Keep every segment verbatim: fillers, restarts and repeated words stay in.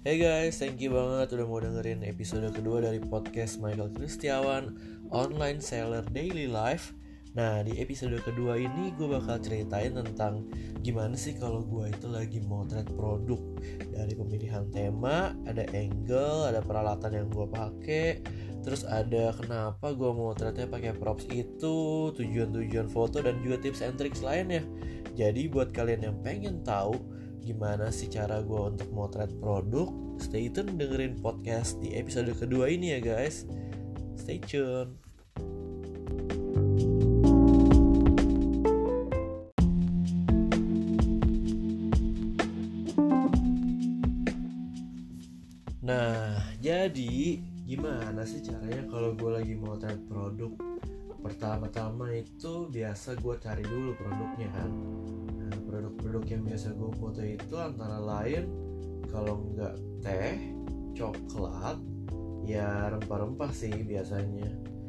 Hey guys, thank you banget udah mau dengerin episode kedua dari podcast Michael Kristiawan, Online Seller Daily Life. Nah, di episode kedua ini gue bakal ceritain tentang gimana sih kalau gue itu lagi motret produk. Dari pemilihan tema, ada angle, ada peralatan yang gue pakai, terus ada kenapa gue motretnya pakai props itu, tujuan-tujuan foto, dan juga tips and tricks lainnya. Jadi buat kalian yang pengen tahu gimana sih cara gue untuk motret produk, stay tune dengerin podcast di episode kedua ini ya guys. Stay tune. Nah, jadi gimana sih caranya kalau gue lagi motret produk? Pertama-tama itu biasa gue cari dulu produknya kan. Nah, produk-produk yang biasa gue foto itu antara lain kalau nggak teh, coklat, ya rempah-rempah sih biasanya.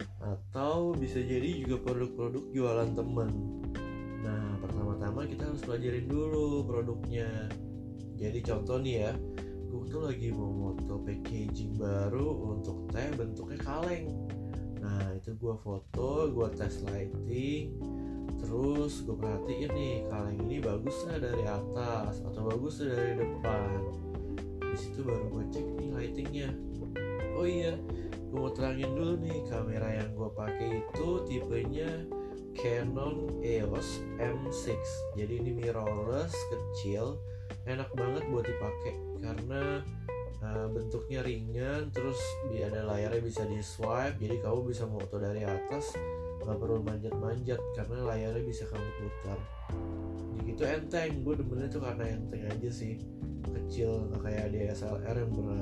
Atau bisa jadi juga produk-produk jualan temen. Nah, pertama-tama kita harus pelajarin dulu produknya. Jadi contoh nih ya, gue tuh lagi mau moto packaging baru untuk teh bentuknya kaleng. Nah, itu gue foto, gue tes lighting, terus gue perhatiin nih kaleng ini bagus nggak dari atas atau bagus dari depan. Di situ baru gue cek nih lightingnya. Oh iya, gue mau terangin dulu nih, kamera yang gue pakai itu tipenya Canon E O S M enam. Jadi ini mirrorless, kecil, enak banget buat dipakai karena Uh, bentuknya ringan, terus ada layarnya bisa di swipe, jadi kamu bisa foto dari atas, nggak perlu manjat-manjat karena layarnya bisa kamu putar. Jadi gitu enteng, gue demennya tuh karena enteng aja sih, kecil, nggak kayak D S L R yang berat.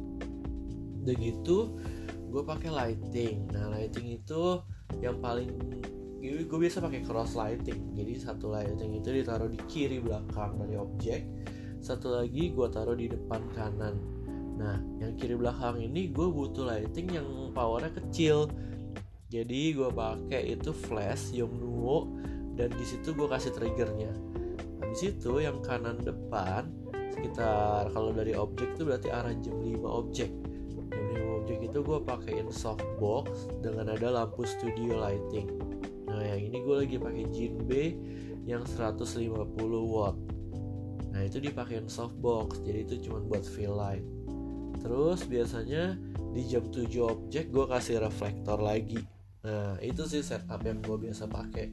Udah gitu, gue pakai lighting. Nah, lighting itu yang paling, gue biasa pakai cross lighting. Jadi satu lighting itu ditaruh di kiri belakang dari objek, satu lagi gue taruh di depan kanan. Nah, yang kiri belakang ini gue butuh lighting yang powernya kecil. Jadi gue pakai itu flash Yongnuo, dan di situ gue kasih triggernya. Habis itu yang kanan depan sekitar, kalau dari objek itu berarti arah jam lima objek. Jam lima objek itu gue pakein softbox dengan ada lampu studio lighting. Nah, yang ini gue lagi pakai Jinbei yang seratus lima puluh watt. Nah, itu dipakein softbox, jadi itu cuma buat fill light. Terus biasanya di jam tujuh objek gue kasih reflektor lagi. Nah, itu sih setup yang gue biasa pakai.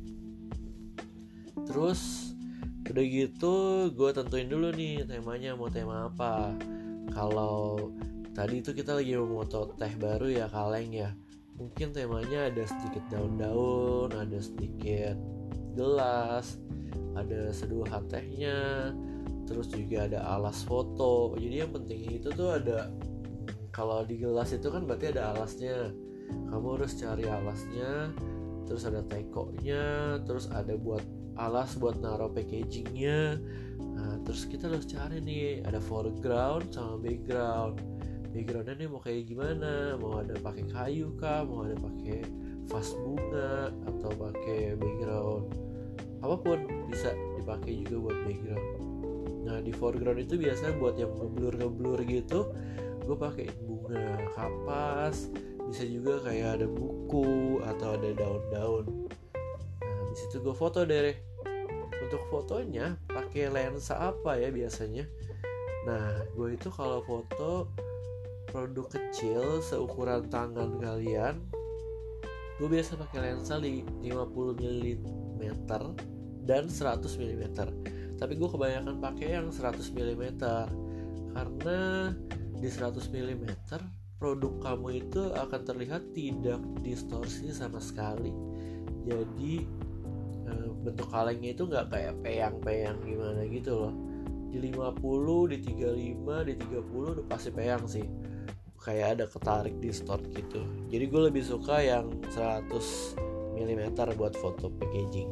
Terus udah gitu gue tentuin dulu nih temanya mau tema apa. Kalau tadi itu kita lagi mau foto teh baru ya, kaleng ya, mungkin temanya ada sedikit daun-daun, ada sedikit gelas, ada seduhan tehnya, terus juga ada alas foto. Jadi yang penting itu tuh ada, kalau di gelas itu kan berarti ada alasnya, kamu harus cari alasnya, terus ada tekonya, terus ada buat alas buat naruh packagingnya. Nah, terus kita harus cari nih ada foreground sama background. Backgroundnya nih mau kayak gimana, mau ada pakai kayu kah, mau ada pakai vas bunga, atau pakai background apapun bisa dipakai juga buat background. Nah, di foreground itu biasanya buat yang ngeblur-ngeblur gitu, gue pakai bunga kapas, bisa juga kayak ada buku atau ada daun-daun. Nah, di situ gue foto deh. Untuk fotonya pakai lensa apa ya biasanya? Nah, gue itu kalau foto produk kecil seukuran tangan kalian, gue biasa pakai lensa lima puluh milimeter dan seratus milimeter. Tapi gue kebanyakan pakai yang seratus milimeter karena di seratus milimeter produk kamu itu akan terlihat tidak distorsi sama sekali. Jadi e, bentuk kalengnya itu nggak kayak peyang-peyang gimana gitu loh. Di lima puluh, di tiga puluh lima, di tiga puluh udah pasti peyang sih, kayak ada ketarik distort gitu. Jadi gue lebih suka yang seratus milimeter buat foto packaging.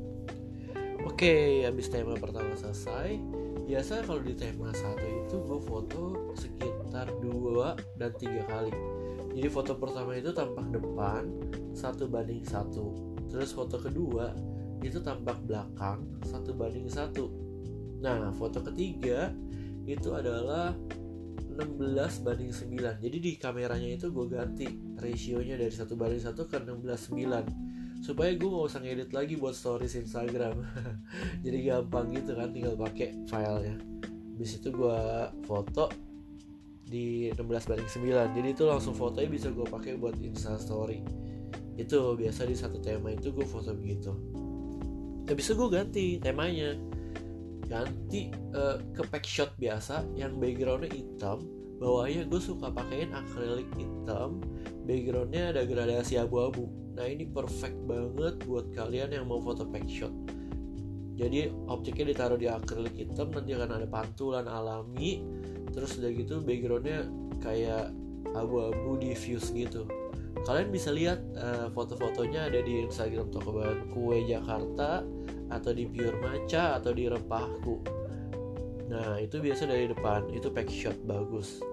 Oke, habis tema pertama selesai, biasa kalau di tema satu itu gue foto sekitar dua dan tiga kali. Jadi foto pertama itu tampak depan satu banding satu, terus foto kedua itu tampak belakang satu banding satu. Nah, foto ketiga itu adalah enam belas banding sembilan. Jadi di kameranya itu gue ganti rasionya dari satu banding satu ke enam belas sembilan, supaya gue gak usah ngedit lagi buat stories Instagram. Jadi gampang gitu kan, tinggal pakai filenya. Habis itu gue foto di enam belas banding sembilan. Jadi itu langsung fotonya bisa gue pakai buat Insta story. Itu biasa di satu tema itu gue foto begitu. Habis itu gue ganti temanya, ganti uh, ke pack shot biasa yang backgroundnya hitam, bawahnya gue suka pakein akrilik hitam, backgroundnya ada gradasi abu-abu. Nah ini perfect banget buat kalian yang mau foto pack shot. Jadi objeknya ditaruh di akrilik hitam, nanti akan ada pantulan alami, terus udah gitu backgroundnya kayak abu-abu diffuse gitu. Kalian bisa lihat uh, foto-fotonya ada di Instagram Toko Bahan Kue Jakarta, atau di Pure Maca, atau di Rempahku. Nah itu biasa dari depan, itu pack shot bagus.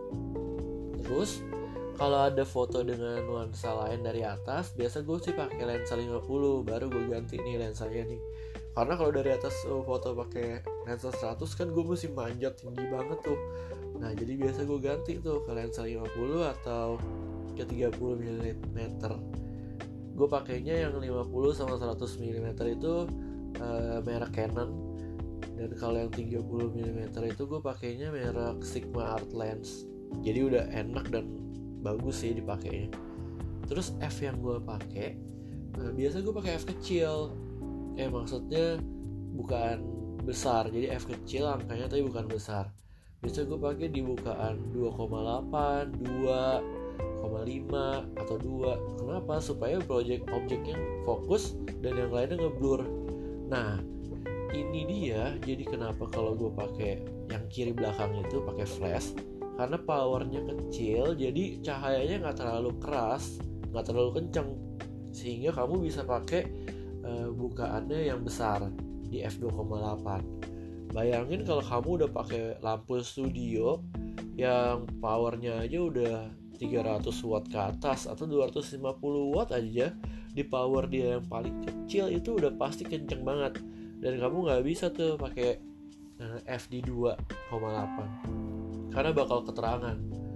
Terus kalau ada foto dengan nuansa lain dari atas, biasa gue sih pakai lensa lima puluh, baru gue ganti nih lensanya nih. Karena kalau dari atas uh, foto pakai lensa seratus kan gue mesti manjat tinggi banget tuh. Nah jadi biasa gue ganti tuh ke lensa lima puluh atau ke tiga puluh milimeter. Gue pakainya yang lima puluh sama seratus milimeter itu uh, merek Canon, dan kalau yang tiga puluh milimeter itu gue pakainya merek Sigma Art Lens. Jadi udah enak dan bagus sih dipakainya. Terus f yang gue pakai, uh, biasa gue pakai f kecil. Eh maksudnya bukan besar, jadi f kecil angkanya tapi bukan besar. Biasa gue pakai di bukaan dua koma delapan, dua koma lima atau dua. Kenapa? Supaya project objeknya fokus dan yang lainnya ngeblur. Nah, ini dia. Jadi kenapa kalau gue pakai yang kiri belakang itu pakai flash? Karena powernya kecil, jadi cahayanya nggak terlalu keras, nggak terlalu kenceng, sehingga kamu bisa pakai uh, bukaannya yang besar di f dua koma delapan. Bayangin kalau kamu udah pakai lampu studio yang powernya aja udah tiga ratus watt ke atas atau dua ratus lima puluh watt aja, di power dia yang paling kecil itu udah pasti kenceng banget, dan kamu nggak bisa tuh pakai uh, f di dua koma delapan karena bakal keterangan.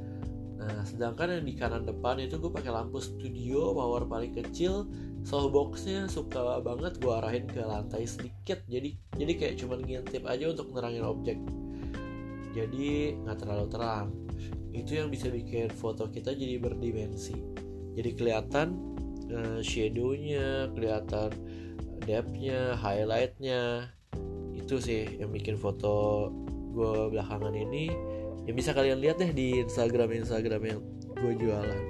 Nah sedangkan yang di kanan depan itu gue pakai lampu studio power paling kecil, softboxnya suka banget gue arahin ke lantai sedikit, jadi jadi kayak cuman ngintip aja untuk nerangin objek, jadi nggak terlalu terang. Itu yang bisa bikin foto kita jadi berdimensi, jadi kelihatan uh, shadownya, kelihatan depthnya, highlightnya. Itu sih yang bikin foto gue belakangan ini, yang bisa kalian lihat deh di Instagram Instagram yang gue jualan.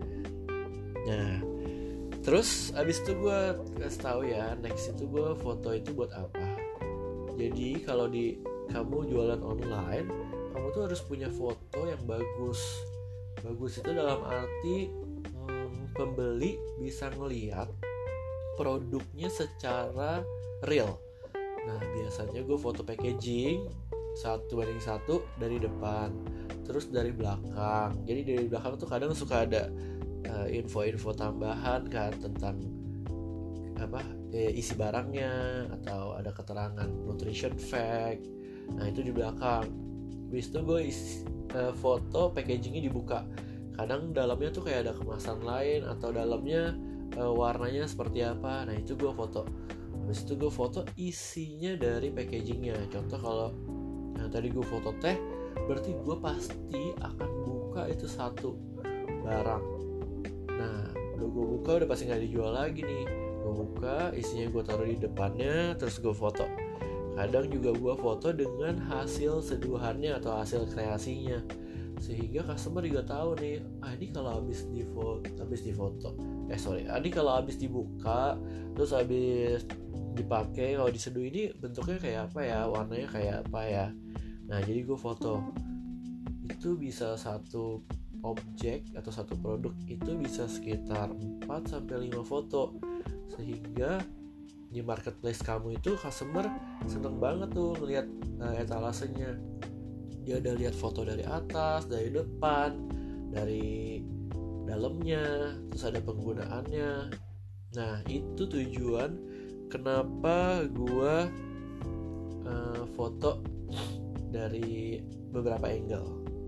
Nah terus abis itu gue kasih tahu ya, next itu gue foto itu buat apa. Jadi kalau di kamu jualan online, kamu tuh harus punya foto yang bagus. Bagus itu dalam arti hmm, pembeli bisa ngelihat produknya secara real. Nah biasanya gue foto packaging satu banding satu dari depan, terus dari belakang. Jadi dari belakang tuh kadang suka ada uh, info-info tambahan kan tentang apa eh, isi barangnya, atau ada keterangan nutrition fact. Nah itu di belakang. Habis itu gue isi, uh, foto packagingnya dibuka. Kadang dalamnya tuh kayak ada kemasan lain, atau dalamnya uh, warnanya seperti apa. Nah itu gue foto. Habis itu gue foto isinya dari packagingnya. Contoh kalau nah tadi gue foto teh, berarti gue pasti akan buka itu satu barang. Nah udah gue buka, udah pasti gak dijual lagi nih. Gue buka, isinya gue taruh di depannya, terus gue foto. Kadang juga gue foto dengan hasil seduhannya atau hasil kreasinya, sehingga customer juga tahu nih, ah ini kalau habis di foto, habis di foto, eh sorry, ah, ini kalau habis dibuka, terus habis dipakai, kalau diseduh ini bentuknya kayak apa ya, warnanya kayak apa ya. Nah jadi gue foto. Itu bisa satu objek atau satu produk itu bisa sekitar empat sampai lima foto, sehingga di marketplace kamu itu customer seneng banget tuh ngelihat uh, etalasenya. Dia udah lihat foto dari atas, dari depan, dari dalamnya, terus ada penggunaannya. Nah itu tujuan kenapa gua uh, foto dari beberapa angle.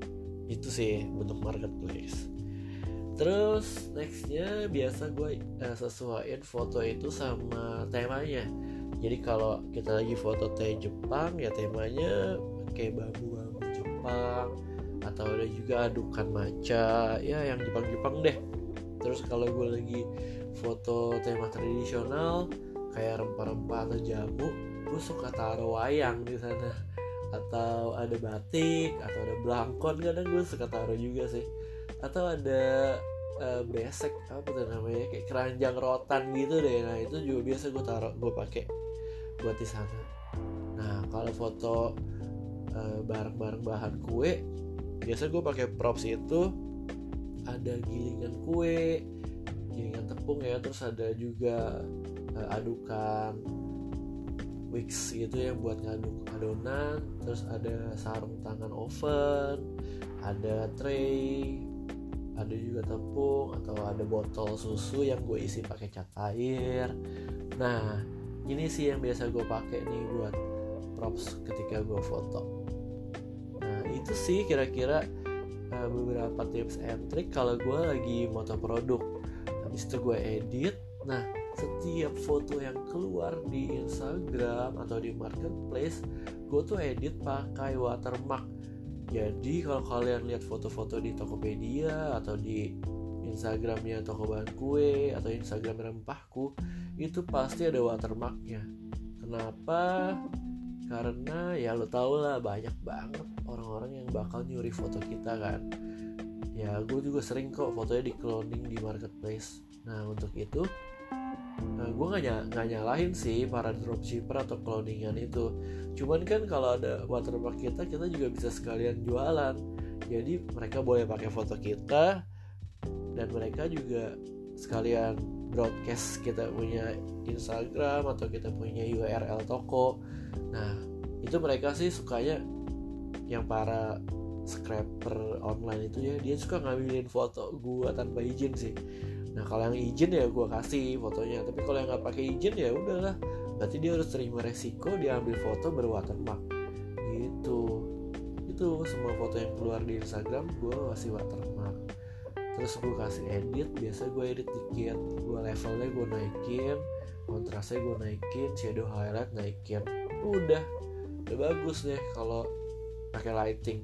Itu sih bentuk marketplace. Terus nextnya biasa gue uh, sesuaiin foto itu sama temanya. Jadi kalau kita lagi foto teh Jepang, ya temanya kayak bambu-bambu Jepang, atau ada juga adukan matcha, ya yang Jepang-Jepang deh. Terus kalau gue lagi foto tema tradisional kayak rempah-rempah atau jamu, gue suka taruh wayang di sana, atau ada batik, atau ada belangkon, kadang gue suka taruh juga sih, atau ada uh, besek apa tuh namanya, kayak keranjang rotan gitu deh. Nah itu juga biasa gue taruh, gue pakai buat di sana. Nah kalau foto uh, barang-barang bahan kue, biasa gue pakai props itu ada gilingan kue, gilingan tepung ya, terus ada juga uh, adukan wax gitu yang buat ngaduk adonan, terus ada sarung tangan oven, ada tray, ada juga tepung, atau ada botol susu yang gue isi pakai cat air. Nah ini sih yang biasa gue pakai nih buat props ketika gue foto. Nah itu sih kira-kira uh, beberapa tips and trick kalau gue lagi moto produk. Habis itu gue edit. Nah setiap foto yang keluar di Instagram atau di marketplace, gue tuh edit pakai watermark. Jadi kalau kalian lihat foto-foto di Tokopedia atau di Instagramnya toko bahan kue atau Instagram rempahku, itu pasti ada watermarknya. Kenapa? Karena ya lo tau lah, banyak banget orang-orang yang bakal nyuri foto kita kan. Ya gue juga sering kok fotonya di cloning di marketplace. Nah untuk itu nah, gue gak, ny- gak nyalahin sih para dropshipper atau cloningan itu. Cuman kan kalau ada watermark kita, kita juga bisa sekalian jualan. Jadi mereka boleh pakai foto kita, dan mereka juga sekalian broadcast kita punya Instagram atau kita punya U R L toko. Nah itu mereka sih sukanya, yang para scraper online itu ya, dia suka ngambilin foto gua tanpa izin sih. Nah kalau yang izin ya gua kasih fotonya, tapi kalau yang nggak pakai izin ya udahlah, berarti dia harus terima resiko dia ambil foto berwatermark gitu. Itu semua foto yang keluar di Instagram gua kasih watermark. Terus gue kasih edit, biasa gue edit dikit, gue levelnya gue naikin, kontrasnya gue naikin, shadow highlight naikin, udah udah bagus deh kalau pakai lighting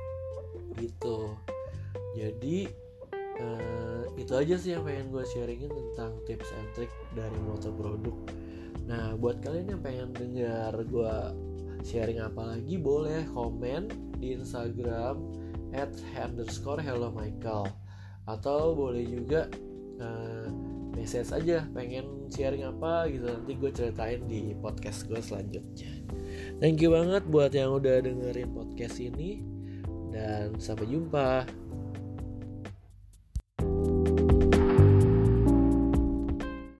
gitu. Jadi uh, itu aja sih yang pengen gue sharingin tentang tips and trick dari moto produk. Nah buat kalian yang pengen dengar gue sharing apa lagi, boleh komen di Instagram at underscore hello Michael, atau boleh juga uh, message aja pengen sharing apa gitu, nanti gue ceritain di podcast gue selanjutnya. Thank you banget buat yang udah dengerin podcast ini, dan sampai jumpa.